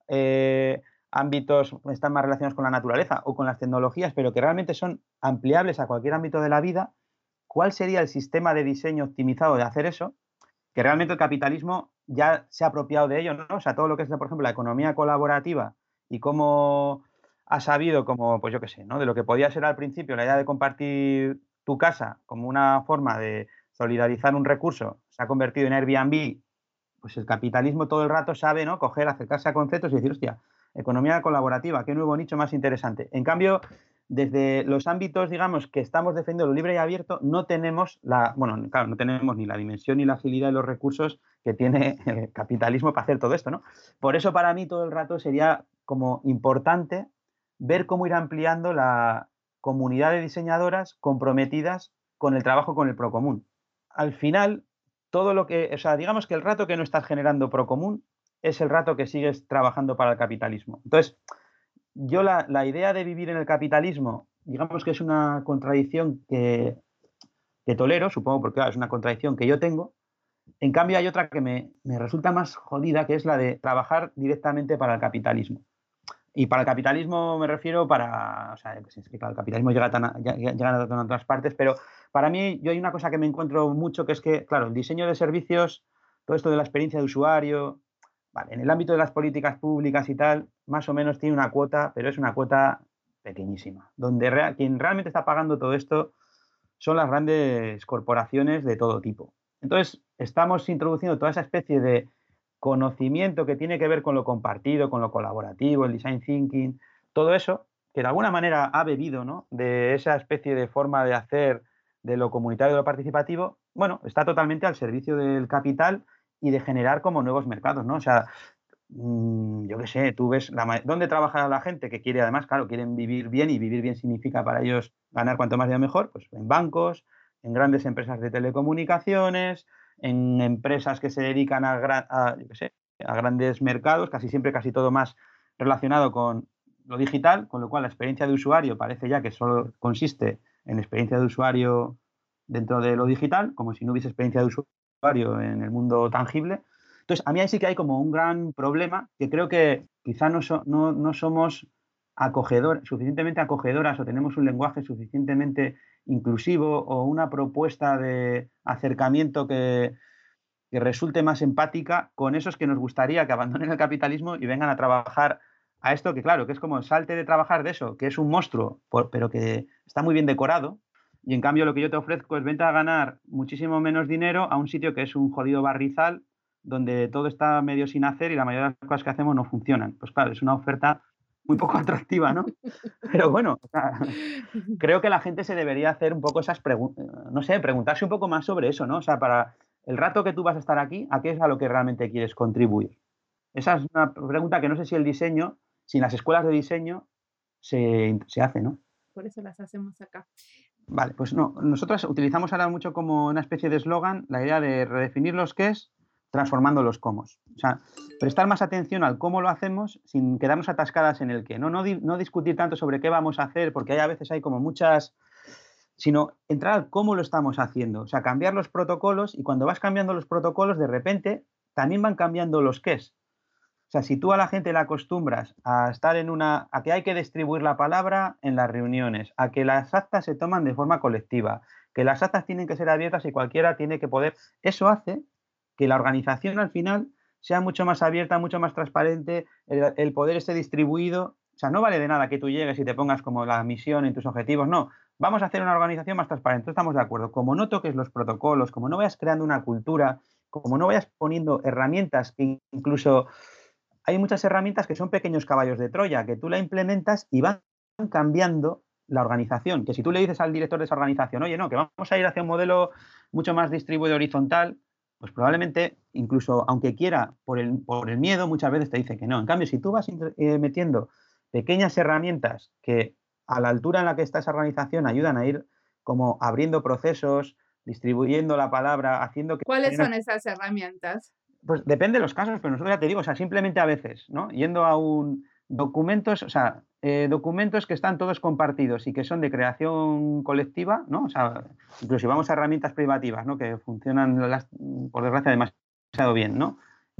ámbitos que están más relacionados con la naturaleza o con las tecnologías, pero que realmente son ampliables a cualquier ámbito de la vida, ¿cuál sería el sistema de diseño optimizado de hacer eso? Que realmente el capitalismo ya se ha apropiado de ello, ¿no? O sea, todo lo que es, por ejemplo, la economía colaborativa y cómo ha sabido, como, pues yo qué sé, ¿no? De lo que podía ser al principio la idea de compartir tu casa como una forma de solidarizar un recurso, se ha convertido en Airbnb, pues el capitalismo todo el rato sabe, ¿no? Coger, acercarse a conceptos y decir, hostia, economía colaborativa, qué nuevo nicho más interesante. En cambio, desde los ámbitos, digamos, que estamos defendiendo lo libre y abierto, no tenemos no tenemos ni la dimensión ni la agilidad de los recursos que tiene el capitalismo para hacer todo esto, ¿no? Por eso para mí todo el rato sería como importante ver cómo ir ampliando la comunidad de diseñadoras comprometidas con el trabajo con el procomún. Al final, todo lo que, o sea, digamos que el rato que no estás generando procomún es el rato que sigues trabajando para el capitalismo. Entonces, yo la idea de vivir en el capitalismo, digamos que es una contradicción que tolero, supongo, porque claro, es una contradicción que yo tengo. En cambio, hay otra que me resulta más jodida, que es la de trabajar directamente para el capitalismo. Y para el capitalismo me refiero para, o sea, es que claro, el capitalismo llega a otras partes, pero para mí yo hay una cosa que me encuentro mucho, que es que, claro, el diseño de servicios, todo esto de la experiencia de usuario, vale, en el ámbito de las políticas públicas y tal, más o menos tiene una cuota, pero es una cuota pequeñísima, donde quien realmente está pagando todo esto son las grandes corporaciones de todo tipo. Entonces, estamos introduciendo toda esa especie de conocimiento que tiene que ver con lo compartido, con lo colaborativo, el design thinking, todo eso, que de alguna manera ha bebido, ¿no?, de esa especie de forma de hacer de lo comunitario y lo participativo, bueno, está totalmente al servicio del capital y de generar como nuevos mercados, ¿no? O sea, yo qué sé, tú ves dónde trabaja la gente que quiere, además, claro, quieren vivir bien y vivir bien significa para ellos ganar cuanto más dinero mejor, pues en bancos, en grandes empresas de telecomunicaciones, en empresas que se dedican yo qué sé, a grandes mercados, casi siempre, casi todo más relacionado con lo digital, con lo cual la experiencia de usuario parece ya que solo consiste en experiencia de usuario dentro de lo digital, como si no hubiese experiencia de usuario en el mundo tangible. Entonces, a mí ahí sí que hay como un gran problema que creo que quizá no somos suficientemente acogedoras o tenemos un lenguaje suficientemente inclusivo o una propuesta de acercamiento que resulte más empática con esos que nos gustaría que abandonen el capitalismo y vengan a trabajar a esto que, claro, que es como salte de trabajar de eso, que es un monstruo, pero que está muy bien decorado, y en cambio lo que yo te ofrezco es vente a ganar muchísimo menos dinero a un sitio que es un jodido barrizal donde todo está medio sin hacer y la mayoría de las cosas que hacemos no funcionan. Pues claro, es una oferta muy poco atractiva, ¿no? Pero bueno, o sea, creo que la gente se debería hacer un poco esas preguntas, no sé, preguntarse un poco más sobre eso, ¿no? O sea, para el rato que tú vas a estar aquí, ¿a qué es a lo que realmente quieres contribuir? Esa es una pregunta que no sé si el diseño, si en las escuelas de diseño se hace, ¿no? Por eso las hacemos acá. Vale, pues no, nosotros utilizamos ahora mucho como una especie de eslogan la idea de redefinir los qués transformando los cómo. O sea, prestar más atención al cómo lo hacemos sin quedarnos atascadas en el qué. No discutir tanto sobre qué vamos a hacer, porque a veces hay como muchas, sino entrar al cómo lo estamos haciendo. O sea, cambiar los protocolos y cuando vas cambiando los protocolos, de repente también van cambiando los qués. O sea, si tú a la gente la acostumbras a estar a que hay que distribuir la palabra en las reuniones, a que las actas se toman de forma colectiva, que las actas tienen que ser abiertas y cualquiera tiene que poder, eso hace que la organización al final sea mucho más abierta, mucho más transparente, el poder esté distribuido. O sea, no vale de nada que tú llegues y te pongas como la misión en tus objetivos, no. Vamos a hacer una organización más transparente, estamos de acuerdo. Como no toques los protocolos, como no vayas creando una cultura, como no vayas poniendo herramientas que incluso hay muchas herramientas que son pequeños caballos de Troya, que tú la implementas y van cambiando la organización. Que si tú le dices al director de esa organización, oye, no, que vamos a ir hacia un modelo mucho más distribuido horizontal, pues probablemente, incluso aunque quiera, por el miedo, muchas veces te dice que no. En cambio, si tú vas metiendo pequeñas herramientas que a la altura en la que está esa organización ayudan a ir como abriendo procesos, distribuyendo la palabra, haciendo que ¿Cuáles son esas herramientas? pues depende de los casos, pero nosotros ya te digo, o sea, simplemente a veces, ¿no? Yendo a un documentos, o sea, documentos que están todos compartidos y que son de creación colectiva, ¿no? O sea, incluso si vamos a herramientas privativas, ¿no? Que funcionan, por desgracia, demasiado bien, ¿no?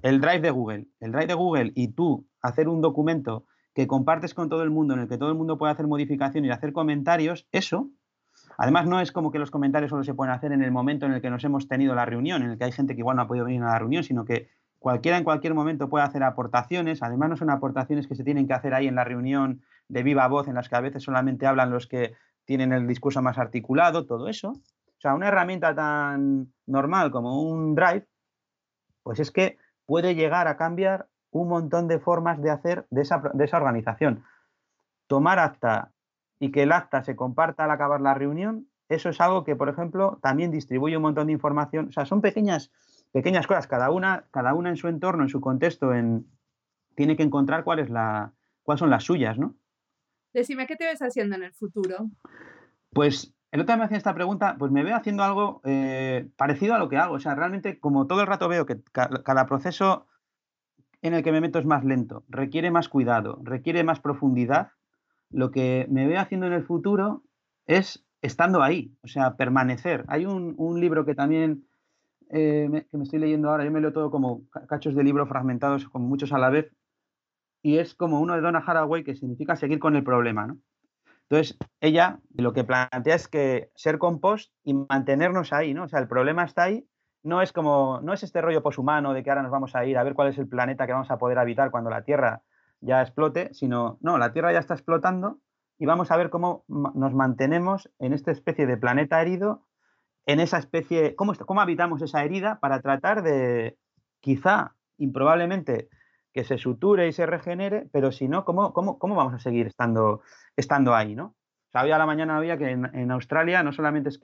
El Drive de Google y tú hacer un documento que compartes con todo el mundo, en el que todo el mundo puede hacer modificaciones y hacer comentarios, eso. Además, no es como que los comentarios solo se pueden hacer en el momento en el que nos hemos tenido la reunión, en el que hay gente que igual no ha podido venir a la reunión, sino que cualquiera en cualquier momento puede hacer aportaciones. Además, no son aportaciones que se tienen que hacer ahí en la reunión de viva voz, en las que a veces solamente hablan los que tienen el discurso más articulado, todo eso. O sea, una herramienta tan normal como un Drive, pues es que puede llegar a cambiar un montón de formas de hacer de esa organización. Tomar acta y que el acta se comparta al acabar la reunión, eso es algo que, por ejemplo, también distribuye un montón de información. O sea, son pequeñas cosas, cada una en su entorno, en su contexto, tiene que encontrar cuáles son las suyas, ¿no? Decime, ¿qué te ves haciendo en el futuro? Pues el otro día me hacía esta pregunta, pues me veo haciendo algo parecido a lo que hago. O sea, realmente, como todo el rato veo que cada proceso en el que me meto es más lento, requiere más cuidado, requiere más profundidad. Lo que me veo haciendo en el futuro es estando ahí, o sea, permanecer. Hay un libro que también que me estoy leyendo ahora, yo me leo todo como cachos de libro fragmentados, como muchos a la vez, y es como uno de Donna Haraway que significa seguir con el problema, ¿no? Entonces, ella lo que plantea es que ser compost y mantenernos ahí, ¿no? O sea, el problema está ahí, no es este rollo poshumano de que ahora nos vamos a ir a ver cuál es el planeta que vamos a poder habitar cuando la Tierra ya explote, sino, no, la Tierra ya está explotando y vamos a ver cómo nos mantenemos en esta especie de planeta herido, en esa especie, cómo habitamos esa herida para tratar de, quizá, improbablemente, que se suture y se regenere, pero si no, ¿cómo vamos a seguir estando ahí, ¿no? O sea, hoy a la mañana había que en Australia no solamente es que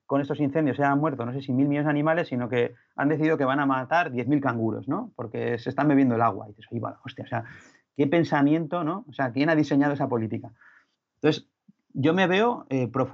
con estos incendios se han muerto, no sé si 1.000 millones de animales, sino que han decidido que van a matar 10.000 canguros, ¿no? Porque se están bebiendo el agua. Y dices, oye, bueno, hostia, o sea, qué pensamiento, ¿no? O sea, ¿quién ha diseñado esa política? Entonces, yo me veo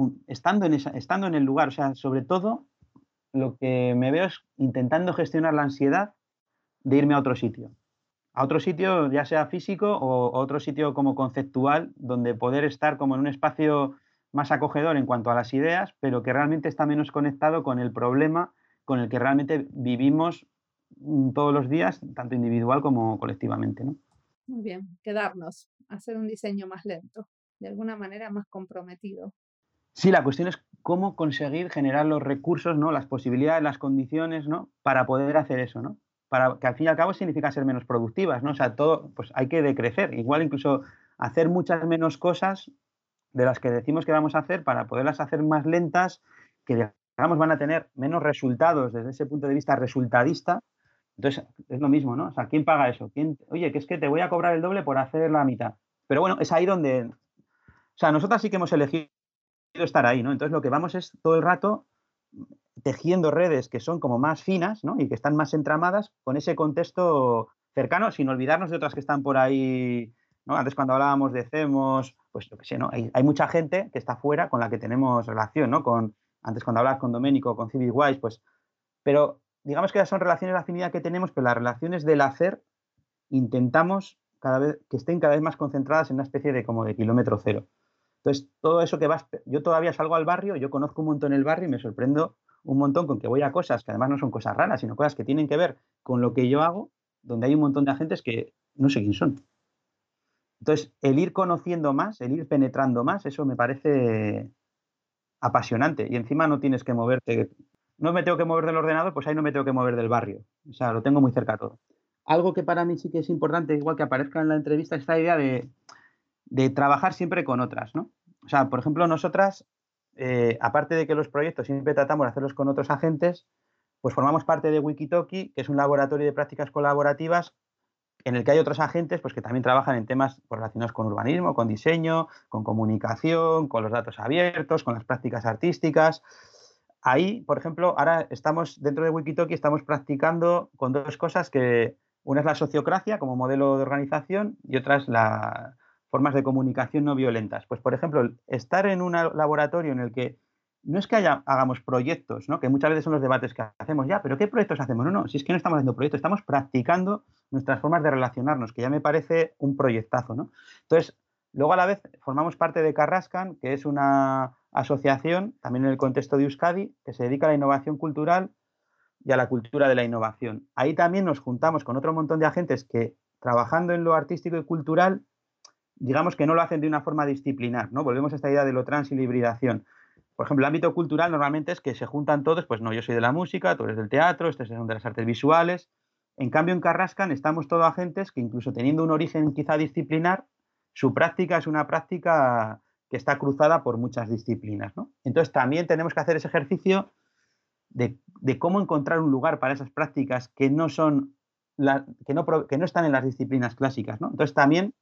estando en el lugar, o sea, sobre todo lo que me veo es intentando gestionar la ansiedad de irme a otro sitio. A otro sitio, ya sea físico o otro sitio como conceptual, donde poder estar como en un espacio más acogedor en cuanto a las ideas, pero que realmente está menos conectado con el problema con el que realmente vivimos todos los días, tanto individual como colectivamente, ¿no? Muy bien, quedarnos, hacer un diseño más lento, de alguna manera más comprometido. Sí, la cuestión es cómo conseguir generar los recursos, ¿no? Las posibilidades, las condiciones, ¿no? Para poder hacer eso, ¿no? Para que al fin y al cabo significa ser menos productivas, ¿no? O sea, todo, pues hay que decrecer. Igual incluso hacer muchas menos cosas de las que decimos que vamos a hacer para poderlas hacer más lentas, que digamos van a tener menos resultados desde ese punto de vista resultadista. Entonces, es lo mismo, ¿no? O sea, ¿quién paga eso? Oye, que es que te voy a cobrar el doble por hacer la mitad. Pero bueno, es ahí donde, o sea, nosotras sí que hemos elegido estar ahí, ¿no? Entonces lo que vamos es todo el rato tejiendo redes que son como más finas, ¿no? Y que están más entramadas con ese contexto cercano, sin olvidarnos de otras que están por ahí, ¿no? Antes cuando hablábamos de CEMOS, pues yo qué sé, ¿no? Hay mucha gente que está fuera con la que tenemos relación, ¿no? Antes cuando hablabas con Doménico, con CivicWise, pues, pero digamos que son relaciones de afinidad que tenemos, pero las relaciones del hacer intentamos cada vez que estén cada vez más concentradas en una especie de como de kilómetro cero. Entonces, todo eso que vas, yo todavía salgo al barrio, yo conozco un montón el barrio y me sorprendo un montón con que voy a cosas que además no son cosas raras, sino cosas que tienen que ver con lo que yo hago, donde hay un montón de agentes que no sé quién son. Entonces, el ir conociendo más, el ir penetrando más, eso me parece apasionante. Y encima no tienes que moverte. No me tengo que mover del ordenador, pues ahí no me tengo que mover del barrio. O sea, lo tengo muy cerca todo. Algo que para mí sí que es importante, igual que aparezca en la entrevista, esta idea de trabajar siempre con otras, ¿no? O sea, por ejemplo, nosotras, aparte de que los proyectos siempre tratamos de hacerlos con otros agentes, pues formamos parte de Wikitoki, que es un laboratorio de prácticas colaborativas en el que hay otros agentes pues, que también trabajan en temas relacionados con urbanismo, con diseño, con comunicación, con los datos abiertos, con las prácticas artísticas. Ahí, por ejemplo, ahora estamos dentro de Wikitoki, estamos practicando con dos cosas que una es la sociocracia como modelo de organización y otra es las formas de comunicación no violentas. Pues, por ejemplo, estar en un laboratorio en el que no es que hagamos proyectos, ¿no? Que muchas veces son los debates que hacemos, ya, pero ¿qué proyectos hacemos? No, no, si es que no estamos haciendo proyectos, estamos practicando nuestras formas de relacionarnos, que ya me parece un proyectazo, ¿no? Entonces, luego a la vez formamos parte de Carrascan, que es una asociación, también en el contexto de Euskadi, que se dedica a la innovación cultural y a la cultura de la innovación. Ahí también nos juntamos con otro montón de agentes que, trabajando en lo artístico y cultural, digamos que no lo hacen de una forma disciplinar, ¿no? Volvemos a esta idea de lo trans y la hibridación. Por ejemplo, el ámbito cultural normalmente es que se juntan todos, pues no, yo soy de la música, tú eres del teatro, estos son de las artes visuales. En cambio, en Carrascan estamos todos agentes que incluso teniendo un origen quizá disciplinar, su práctica es una práctica que está cruzada por muchas disciplinas, ¿no? Entonces también tenemos que hacer ese ejercicio de cómo encontrar un lugar para esas prácticas que no son que no están en las disciplinas clásicas, ¿no? Entonces también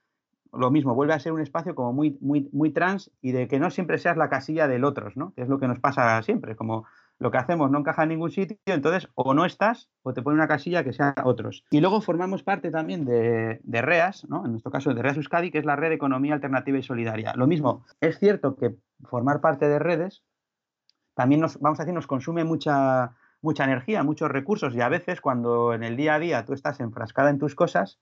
lo mismo, vuelve a ser un espacio como muy trans y de que no siempre seas la casilla del otros, ¿no? Que es lo que nos pasa siempre, como lo que hacemos no encaja en ningún sitio, entonces o no estás o te pone una casilla que sea otros. Y luego formamos parte también de REAS, ¿no? En nuestro caso de REAS Euskadi, que es la Red de Economía Alternativa y Solidaria. Lo mismo, es cierto que formar parte de redes también vamos a decir, nos consume mucha energía, muchos recursos y a veces cuando en el día a día tú estás enfrascada en tus cosas,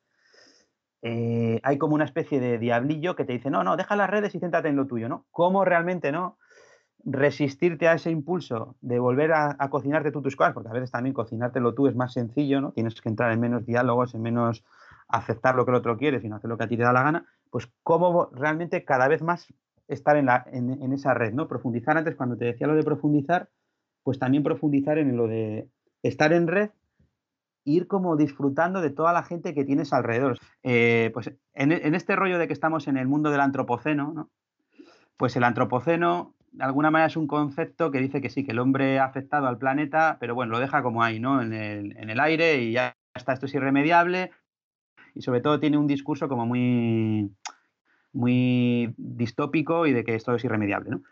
hay como una especie de diablillo que te dice, no, no, deja las redes y céntrate en lo tuyo, ¿no? ¿Cómo realmente no resistirte a ese impulso de volver a cocinarte tú tus cosas? Porque a veces también cocinártelo tú es más sencillo, ¿no? Tienes que entrar en menos diálogos, en menos aceptar lo que el otro quiere, sino hacer lo que a ti te da la gana. Pues cómo realmente cada vez más estar en esa red, ¿no? Profundizar antes, cuando te decía lo de profundizar, pues también profundizar en lo de estar en red, ir como disfrutando de toda la gente que tienes alrededor. Pues en este rollo de que estamos en el mundo del antropoceno, ¿no? Pues el antropoceno, de alguna manera, es un concepto que dice que sí, que el hombre ha afectado al planeta, pero bueno, lo deja como ahí, ¿no? En el aire y ya está, esto es irremediable y sobre todo tiene un discurso como muy distópico y de que esto es irremediable, ¿no?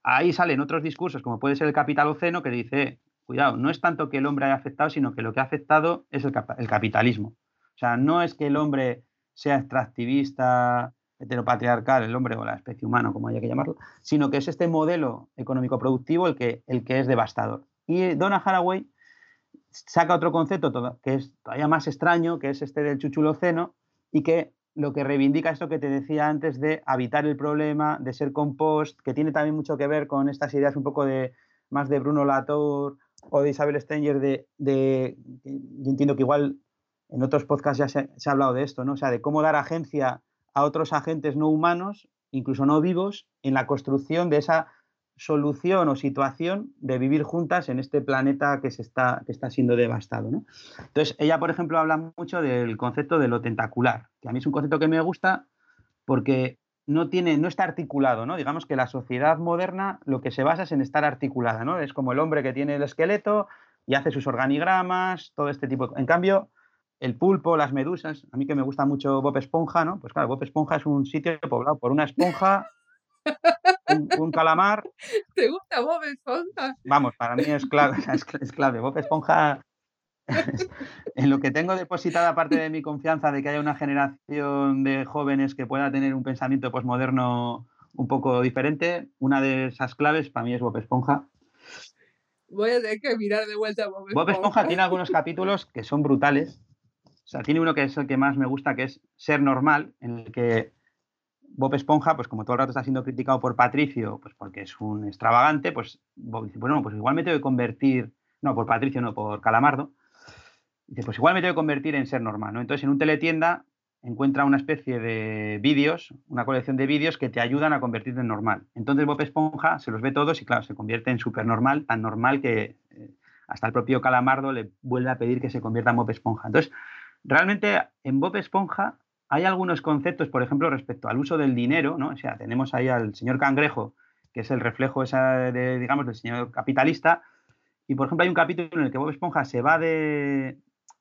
ahí salen otros discursos, como puede ser el capitaloceno, que dice, cuidado, no es tanto que el hombre haya afectado, sino que lo que ha afectado es el capitalismo. O sea, no es que el hombre sea extractivista, heteropatriarcal, el hombre o la especie humana, como haya que llamarlo, sino que es este modelo económico-productivo el que es devastador. Y Donna Haraway saca otro concepto que es todavía más extraño, que es este del chuchuloceno, y que lo que reivindica esto que te decía antes de habitar el problema, de ser compost, que tiene también mucho que ver con estas ideas un poco más de Bruno Latour o de Isabel Stenger, yo entiendo que igual en otros podcasts ya se ha hablado de esto, ¿no? O sea, de cómo dar agencia a otros agentes no humanos, incluso no vivos, en la construcción de esa solución o situación de vivir juntas en este planeta que está siendo devastado, ¿no? Entonces, ella, por ejemplo, habla mucho del concepto de lo tentacular, que a mí es un concepto que me gusta porque no está articulado, ¿no? Digamos que la sociedad moderna lo que se basa es en estar articulada, ¿no? Es como el hombre que tiene el esqueleto y hace sus organigramas, todo este tipo. En cambio, el pulpo, las medusas, a mí que me gusta mucho Bob Esponja, ¿no? Pues claro, Bob Esponja es un sitio poblado por una esponja, un calamar. ¿Te gusta Bob Esponja? Vamos, para mí es clave, es clave. Bob Esponja, en lo que tengo depositada parte de mi confianza de que haya una generación de jóvenes que pueda tener un pensamiento posmoderno un poco diferente, una de esas claves para mí es Bob Esponja. Voy a tener que mirar de vuelta a Bob Esponja. Bob Esponja tiene algunos capítulos que son brutales. O sea, tiene uno que es el que más me gusta, que es Ser Normal, en el que Bob Esponja, pues como todo el rato está siendo criticado por Patricio, pues porque es un extravagante, pues Bob dice, bueno, pues igual me tengo que convertir, no, por Patricio, no, por Calamardo, dice, pues igual me tengo que convertir en Ser Normal, ¿no? Entonces en un teletienda encuentra una especie de vídeos, una colección de vídeos que te ayudan a convertirte en normal. Entonces Bob Esponja se los ve todos y claro, se convierte en súper normal, tan normal que hasta el propio Calamardo le vuelve a pedir que se convierta en Bob Esponja. Entonces, realmente en Bob Esponja hay algunos conceptos, por ejemplo, respecto al uso del dinero, ¿no? O sea, tenemos ahí al señor Cangrejo, que es el reflejo digamos, del señor capitalista, y por ejemplo hay un capítulo en el que Bob Esponja se va de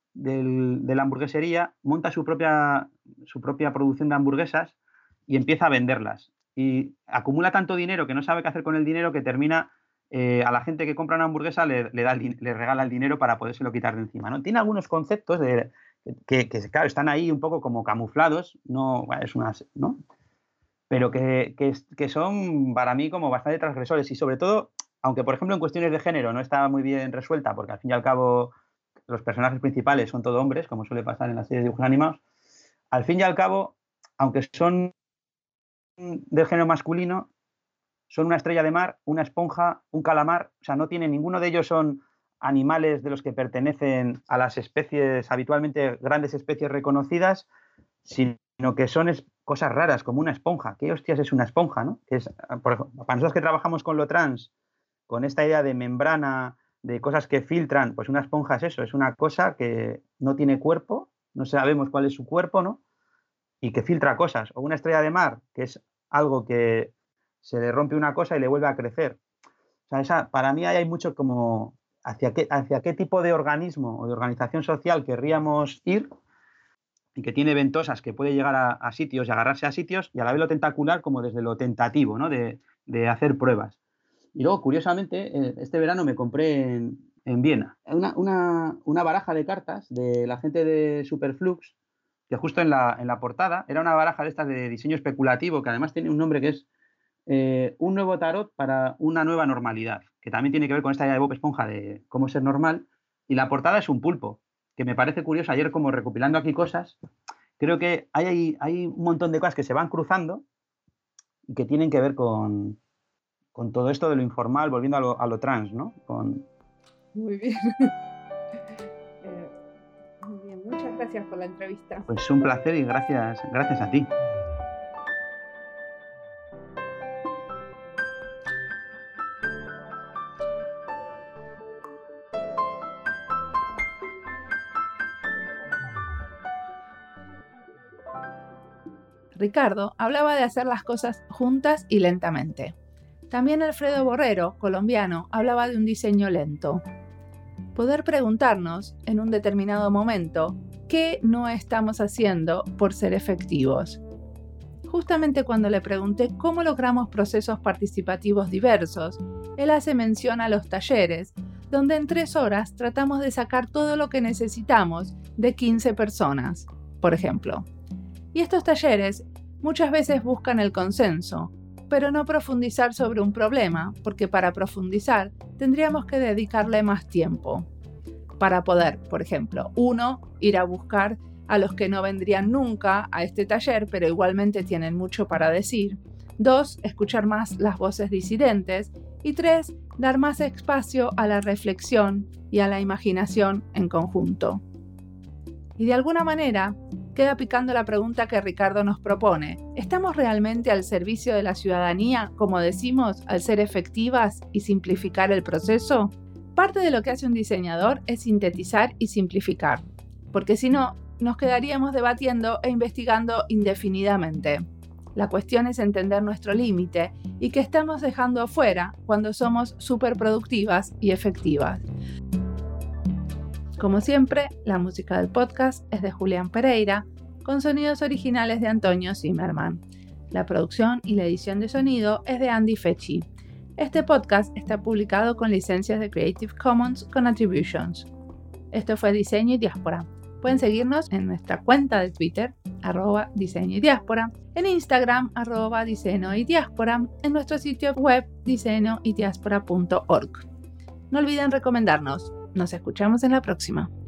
la hamburguesería, monta su propia producción de hamburguesas y empieza a venderlas. Y acumula tanto dinero que no sabe qué hacer con el dinero que termina a la gente que compra una hamburguesa le regala el dinero para podérselo quitar de encima, ¿no? Tiene algunos conceptos que claro, están ahí un poco como camuflados, no, ¿no? Pero que son para mí como bastante transgresores y sobre todo, aunque por ejemplo en cuestiones de género no está muy bien resuelta, porque al fin y al cabo los personajes principales son todo hombres, como suele pasar en las series de dibujos animados, al fin y al cabo, aunque son del género masculino, son una estrella de mar, una esponja, un calamar, o sea, no tienen, ninguno de ellos son animales de los que pertenecen a las especies, habitualmente grandes especies reconocidas, sino que son cosas raras, como una esponja. ¿Qué hostias es una esponja, no? Que es, por ejemplo, para nosotros que trabajamos con lo trans, con esta idea de membrana, de cosas que filtran, pues una esponja es eso, es una cosa que no tiene cuerpo, no sabemos cuál es su cuerpo, ¿no? Y que filtra cosas. O una estrella de mar, que es algo que se le rompe una cosa y le vuelve a crecer. O sea, para mí hay mucho como hacia qué tipo de organismo o de organización social querríamos ir y que tiene ventosas que puede llegar a sitios y agarrarse a sitios y a la vez lo tentacular como desde lo tentativo, ¿no? De hacer pruebas. Y luego, curiosamente, este verano me compré en Viena una baraja de cartas de la gente de Superflux, que justo en la portada era una baraja de estas de diseño especulativo, que además tiene un nombre que es un nuevo tarot para una nueva normalidad, que también tiene que ver con esta idea de Bob Esponja de cómo ser normal, y la portada es un pulpo, que me parece curioso. Ayer, como recopilando aquí cosas, creo que hay un montón de cosas que se van cruzando y que tienen que ver con todo esto de lo informal, volviendo a lo trans, ¿no? Muy bien. Muy bien, muchas gracias por la entrevista. Pues un placer y gracias a ti. Ricardo hablaba de hacer las cosas juntas y lentamente. También Alfredo Borrero, colombiano, hablaba de un diseño lento. Poder preguntarnos, en un determinado momento, qué no estamos haciendo por ser efectivos. Justamente cuando le pregunté cómo logramos procesos participativos diversos, él hace mención a los talleres, donde en 3 horas tratamos de sacar todo lo que necesitamos de 15 personas, por ejemplo. Y estos talleres muchas veces buscan el consenso, pero no profundizar sobre un problema, porque para profundizar tendríamos que dedicarle más tiempo. Para poder, por ejemplo, 1, ir a buscar a los que no vendrían nunca a este taller, pero igualmente tienen mucho para decir. 2, escuchar más las voces disidentes. Y 3, dar más espacio a la reflexión y a la imaginación en conjunto. Y de alguna manera, queda picando la pregunta que Ricardo nos propone. ¿Estamos realmente al servicio de la ciudadanía, como decimos, al ser efectivas y simplificar el proceso? Parte de lo que hace un diseñador es sintetizar y simplificar, porque si no, nos quedaríamos debatiendo e investigando indefinidamente. La cuestión es entender nuestro límite y qué estamos dejando afuera cuando somos superproductivas y efectivas. Como siempre, la música del podcast es de Julián Pereira, con sonidos originales de Antonio Zimmerman. La producción y la edición de sonido es de Andy Fechi. Este podcast está publicado con licencias de Creative Commons con Attributions. Esto fue Diseño y Diáspora. Pueden seguirnos en nuestra cuenta de Twitter, @diseño y diáspora, en Instagram, @diseño y diáspora, en nuestro sitio web diseñoydiaspora.org. No olviden recomendarnos. Nos escuchamos en la próxima.